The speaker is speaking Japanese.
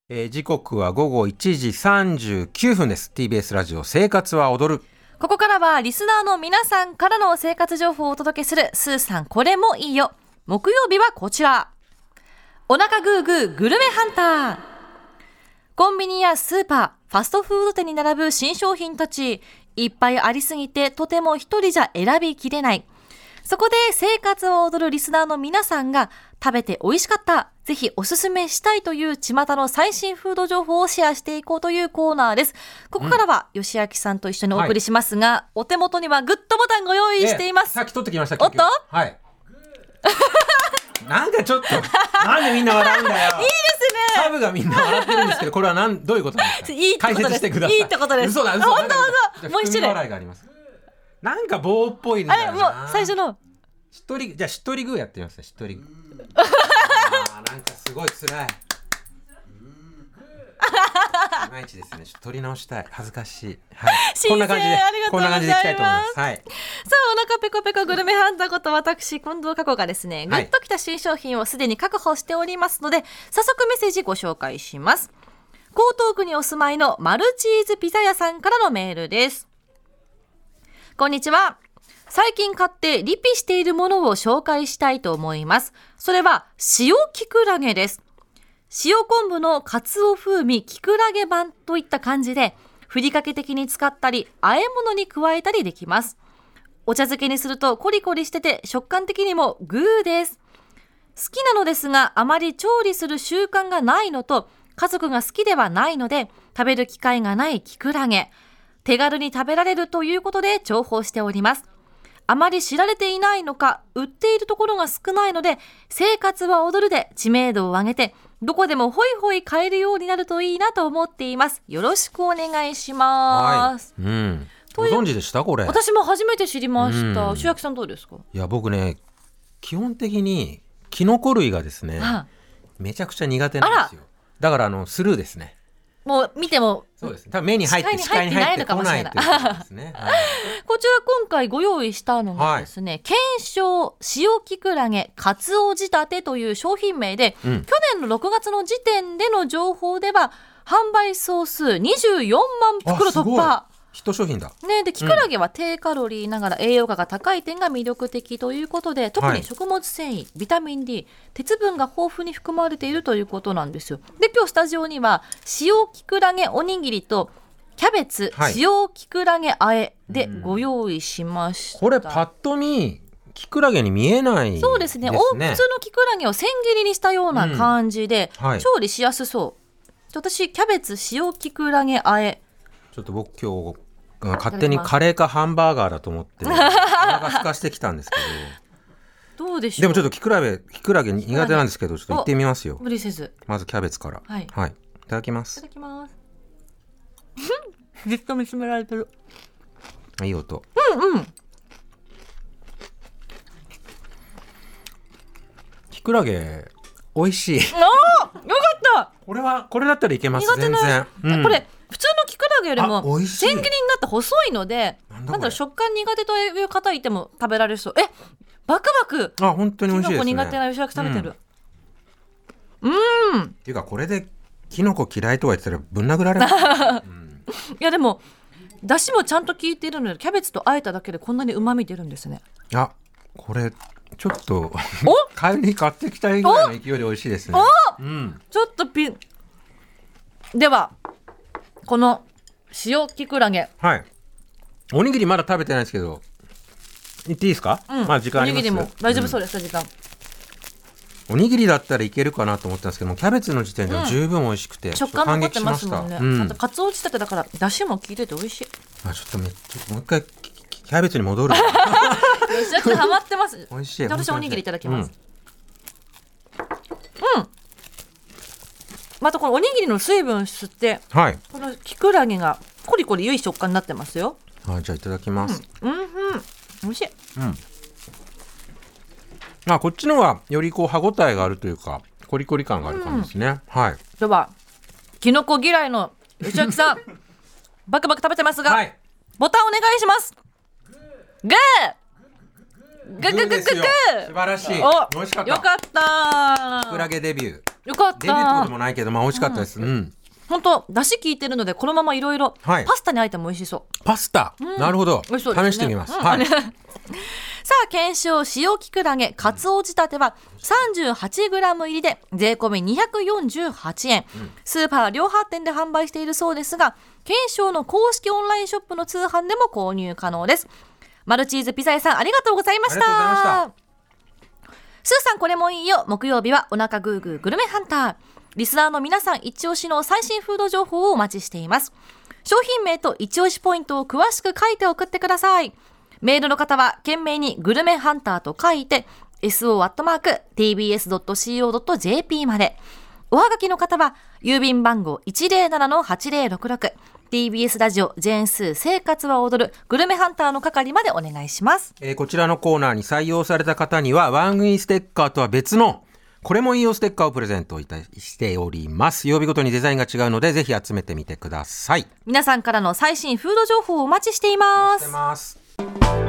時刻は午後1時39分です。 TBS ラジオ生活は踊る。 ここからはリスナーの皆さんからの生活情報をお届けするスーさんこれもいいよ。木曜日はこちら、お腹グーグーグルメハンター。コンビニやスーパー、ファストフード店に並ぶ新商品たち、いっぱいありすぎてとても一人じゃ選びきれない。そこで生活を踊るリスナーの皆さんが食べて美味しかった、ぜひおすすめしたいという巷の最新フード情報をシェアしていこうというコーナーです。ここからは吉明さんと一緒にお送りしますが、お手元にはグッドボタンご用意しています。 さっき取ってきました。 おっと、 はい。なんかちょっとなんでみんな笑うんだよ。 いいですね。 サブがみんな笑ってるんですけど、これはどういうことなんですか。 いいってことです。 解説してください。 いいってことです。 嘘だ。 本当もう一種類笑いがあります。なんか棒っぽいんだよな。 あれもう最初のしっとりグーやってみますね。しっとりグー。なんかすごい辛い。いまいちですね。ちょっと取り直したい。恥ずかしい。はい。こんな感じでこんな感じでいきたいと思います。はい。 さあ、お腹ペコペコグルメハンターこと私近藤佳子がですね、グッときた新商品をすでに確保しておりますので、早速メッセージご紹介します。江東区にお住まいのマルチーズピザ屋さんからのメールです。こんにちは。最近買ってリピしているものを紹介したいと思います。それは塩きくらげです。塩昆布のかつお風味きくらげ版といった感じで、ふりかけ的に使ったり和え物に加えたりできます。お茶漬けにするとコリコリしてて食感的にもグーです。好きなのですが、あまり調理する習慣がないのと家族が好きではないので、食べる機会がないきくらげ、手軽に食べられるということで重宝しております。あまり知られていないのか、売っているところが少ないので、生活は踊るで知名度を上げて、どこでもホイホイ買えるようになるといいなと思っています。よろしくお願いします。 はい。ご存知でしたこれ。 私も初めて知りました。塩焼さんどうですか。 いや、僕ね、基本的にキノコ類がですね、めちゃくちゃ苦手なんですよ。だからスルーですね。 もう見てもそうですね。多分目に入って視界に入ってこないということですね。はい、 こちら今回ご用意したのがですね、検証塩きくらげかつお仕立てという商品名で、去年の6月の時点での情報では販売総数24万袋突破。 ヒット商品だ、 ね、できくらげは低カロリーながら栄養価が高い点が魅力的ということで、特に食物繊維、ビタミン D、鉄分が豊富に含まれているということなんですよ。で、今日スタジオには塩きくらげおにぎりとキャベツ、塩きくらげあえでご用意しました。 これパッと見きくらげに見えないですね。 そうですね。普通のきくらげを千切りにしたような感じで、調理しやすそう。私キャベツ塩きくらげあえ、 ちょっと僕今日勝手にカレーかハンバーガーだと思ってお腹空かしてきたんですけどどうでしょう。 でもちょっときくらげ苦手なんですけど、ちょっと行ってみますよ。 無理せず。 まずキャベツから。はい、いただきます。 いただきます。じっと見つめられてる。 いい音。きくらげ美味しい。 よかった。 これだったらいけます。全然、 これ普通のきくらげよりも千切りになって細いので、なんだろう、食感苦手という方いても食べられそう。バクバク。 本当に美味しいですね。 きのこ苦手な吉明食べてる。 っていうかこれできのこ嫌いとは言ってたらぶん殴られる。 いやでもだしもちゃんと効いているので、キャベツとあえただけでこんなに旨味出るんですね。 これちょっと買ってきたいぐらいの勢いで美味しいですね。 ちょっとではこの塩きくらげ、 おにぎりまだ食べてないですけど言っていいですか。まあ時間あります。 おにぎりも大丈夫そうです。時間おにぎりだったらいけるかなと思ったんですけども、キャベツの時点でも十分美味しくて、 食感残ってますもんね。あとかつお仕立てだからだしも効いてて美味しい。 ちょっともう一回キャベツに戻る。 吉明ハマってます。 美味しい。 私おにぎりいただきます。またこのおにぎりの水分吸って、このきくらげがコリコリ良い食感になってますよ。 じゃあいただきます。 美味しい。 こっちのはより歯ごたえがあるというかコリコリ感がある感じですね。 ではきのこ嫌いの吉明さんバクバク食べてますが、ボタンお願いします。グーグーグーグーグー。 素晴らしい。美味しかった。 よかった。 きくらげデビュー。 よかった。 デビューってこともないけど、まあ美味しかったです。 本当だし効いてるのでこのままいろいろパスタにあえても美味しそう。 パスタ、なるほど、 美味しそうですね。 試してみます。はい。 さあ検証塩きくらげかつお仕立ては 38g 入りで税込み248円、スーパー量販店で販売しているそうですが、検証の公式オンラインショップの通販でも購入可能です。マルチーズピザ屋さんありがとうございました。スーさんこれもいいよ。木曜日はお腹グーグーグルメハンター。リスナーの皆さん一押しの最新フード情報をお待ちしています。商品名と一押しポイントを詳しく書いて送ってください。メールの方は懸命にグルメハンターと書いて so@tbs.co.jp まで。おはがきの方は郵便番号 107-8066 TBS ラジオジェーンスー生活は踊るグルメハンターの係までお願いします。 こちらのコーナーに採用された方には番組ステッカーとは別のこれもいいよステッカーをプレゼントしております。曜日ごとにデザインが違うのでぜひ集めてみてください。 皆さんからの最新フード情報をお待ちしています。